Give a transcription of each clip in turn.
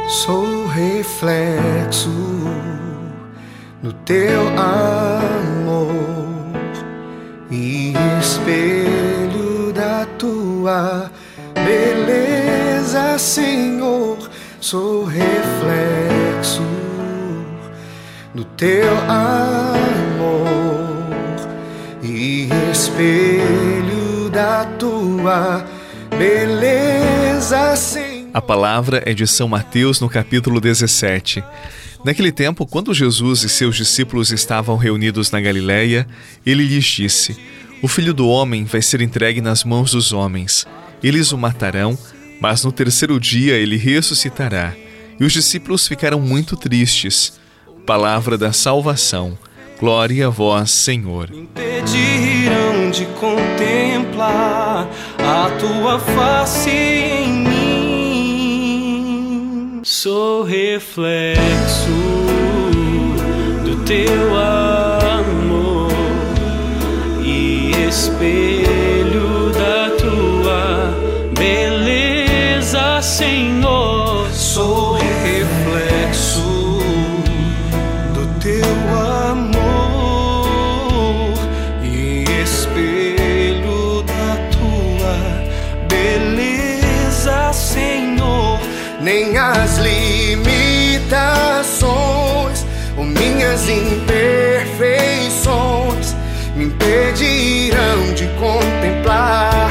Sou reflexo do teu amor e espelho da tua beleza, Senhor. Sou reflexo do teu amor e espelho da tua beleza, Senhor. A palavra é de São Mateus, no capítulo 17. Naquele tempo, quando Jesus e seus discípulos estavam reunidos na Galileia, ele lhes disse: O Filho do Homem vai ser entregue nas mãos dos homens. Eles o matarão, mas no terceiro dia ele ressuscitará. E os discípulos ficaram muito tristes. Palavra da salvação. Glória a vós, Senhor. Me impedirão de contemplar a tua face em mim. Sou reflexo do teu amor e espelho da tua beleza, Senhor. Sou reflexo do teu amor e espelho da tua beleza, Senhor. Nem as limitações ou minhas imperfeições me impedirão de contemplar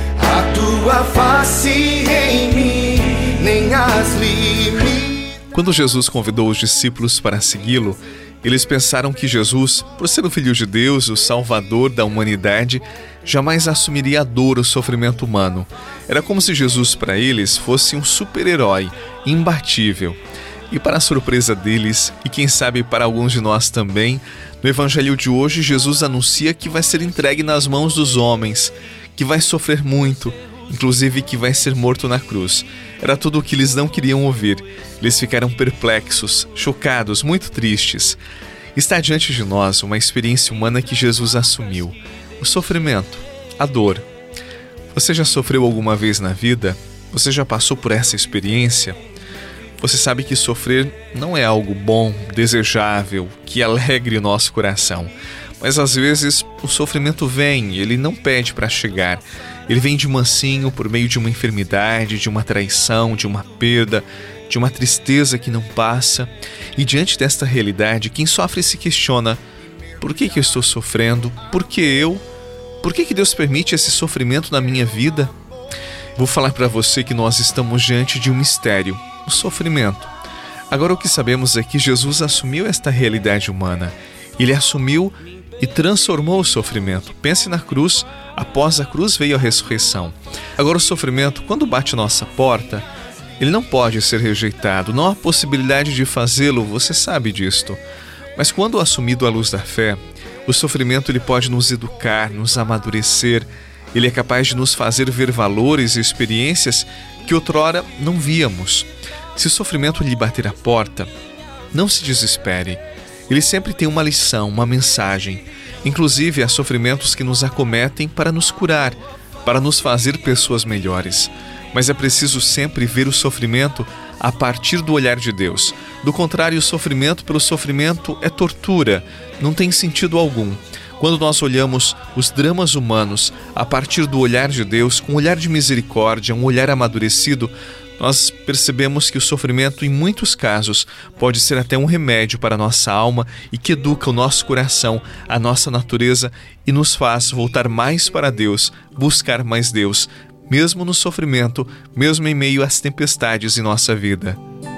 a tua face em mim. Nem as limitações. Quando Jesus convidou os discípulos para segui-lo, eles pensaram que Jesus, por ser o Filho de Deus, o Salvador da humanidade, jamais assumiria a dor, o sofrimento humano. Era como se Jesus, para eles, fosse um super-herói, imbatível. E para a surpresa deles, e quem sabe para alguns de nós também, no Evangelho de hoje, Jesus anuncia que vai ser entregue nas mãos dos homens, que vai sofrer muito, inclusive que vai ser morto na cruz. Era tudo o que eles não queriam ouvir. Eles ficaram perplexos, chocados, muito tristes. Está diante de nós uma experiência humana que Jesus assumiu: o sofrimento, a dor. Você já sofreu alguma vez na vida? Você já passou por essa experiência? Você sabe que sofrer não é algo bom, desejável, que alegre o nosso coração. Mas às vezes o sofrimento vem e ele não pede para chegar. Ele vem de mansinho por meio de uma enfermidade, de uma traição, de uma perda, de uma tristeza que não passa. E diante desta realidade, quem sofre se questiona: por que eu estou sofrendo? Por que eu? Por que Deus permite esse sofrimento na minha vida? Vou falar para você que nós estamos diante de um mistério: o sofrimento. Agora o que sabemos é que Jesus assumiu esta realidade humana. Ele assumiu e transformou o sofrimento. Pense na cruz. Após a cruz veio a ressurreição. Agora o sofrimento, quando bate nossa porta, ele não pode ser rejeitado. Não há possibilidade de fazê-lo, você sabe disto. Mas quando assumido à luz da fé, o sofrimento ele pode nos educar, nos amadurecer. Ele é capaz de nos fazer ver valores e experiências que outrora não víamos. Se o sofrimento lhe bater à porta, não se desespere. Ele sempre tem uma lição, uma mensagem. Inclusive, há sofrimentos que nos acometem para nos curar, para nos fazer pessoas melhores. Mas é preciso sempre ver o sofrimento a partir do olhar de Deus. Do contrário, o sofrimento pelo sofrimento é tortura, não tem sentido algum. Quando nós olhamos os dramas humanos a partir do olhar de Deus, com um olhar de misericórdia, um olhar amadurecido, nós percebemos que o sofrimento, em muitos casos, pode ser até um remédio para a nossa alma e que educa o nosso coração, a nossa natureza e nos faz voltar mais para Deus, buscar mais Deus, mesmo no sofrimento, mesmo em meio às tempestades em nossa vida.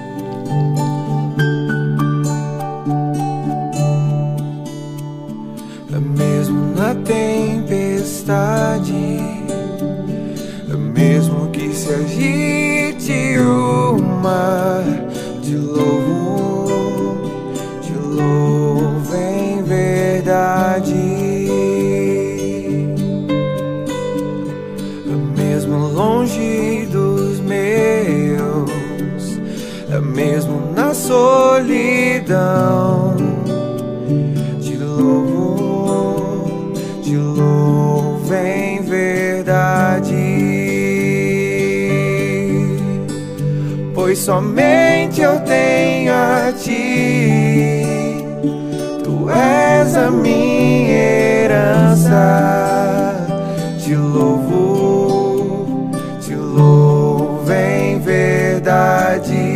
Mesmo na tempestade, mesmo que se agite o mar, de louvo em verdade. Mesmo longe dos meus, mesmo na solidão, de louvo em verdade. pois somente eu tenho a Ti. Tu és a minha herança. Te louvo em verdade.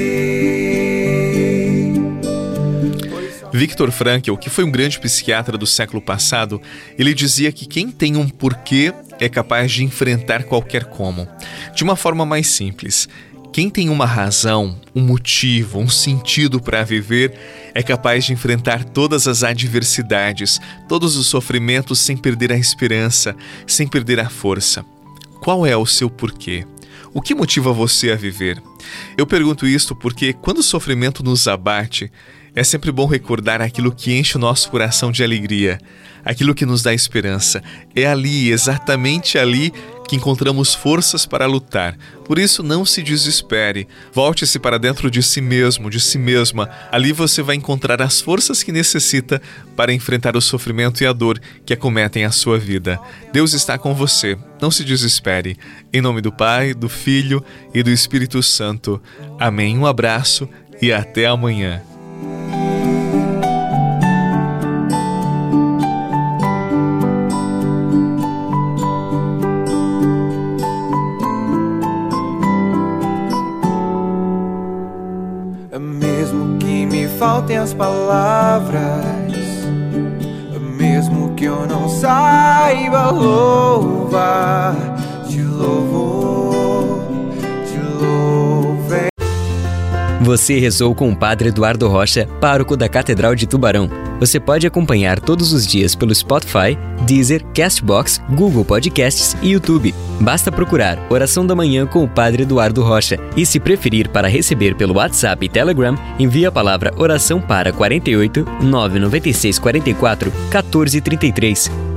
Viktor Frankl, que foi um grande psiquiatra do século passado, ele dizia que quem tem um porquê é capaz de enfrentar qualquer como. De uma forma mais simples, quem tem uma razão, um motivo, um sentido para viver, é capaz de enfrentar todas as adversidades, todos os sofrimentos sem perder a esperança, sem perder a força. Qual é o seu porquê? O que motiva você a viver? Eu pergunto isto porque quando o sofrimento nos abate, é sempre bom recordar aquilo que enche o nosso coração de alegria, aquilo que nos dá esperança. É ali, exatamente ali, que encontramos forças para lutar. Por isso, não se desespere. Volte-se para dentro de si mesmo, de si mesma. Ali você vai encontrar as forças que necessita para enfrentar o sofrimento e a dor que acometem a sua vida. Deus está com você. Não se desespere. Em nome do Pai, do Filho e do Espírito Santo. Amém. Um abraço e até amanhã. Mesmo que me faltem as palavras, mesmo que eu não saiba louvar, te louvo em... Você rezou com o Padre Eduardo Rocha, pároco da Catedral de Tubarão. Você pode acompanhar todos os dias pelo Spotify, Deezer, Castbox, Google Podcasts e YouTube. Basta procurar Oração da Manhã com o Padre Eduardo Rocha. E se preferir para receber pelo WhatsApp e Telegram, envie a palavra oração para 48 996 44 14 33.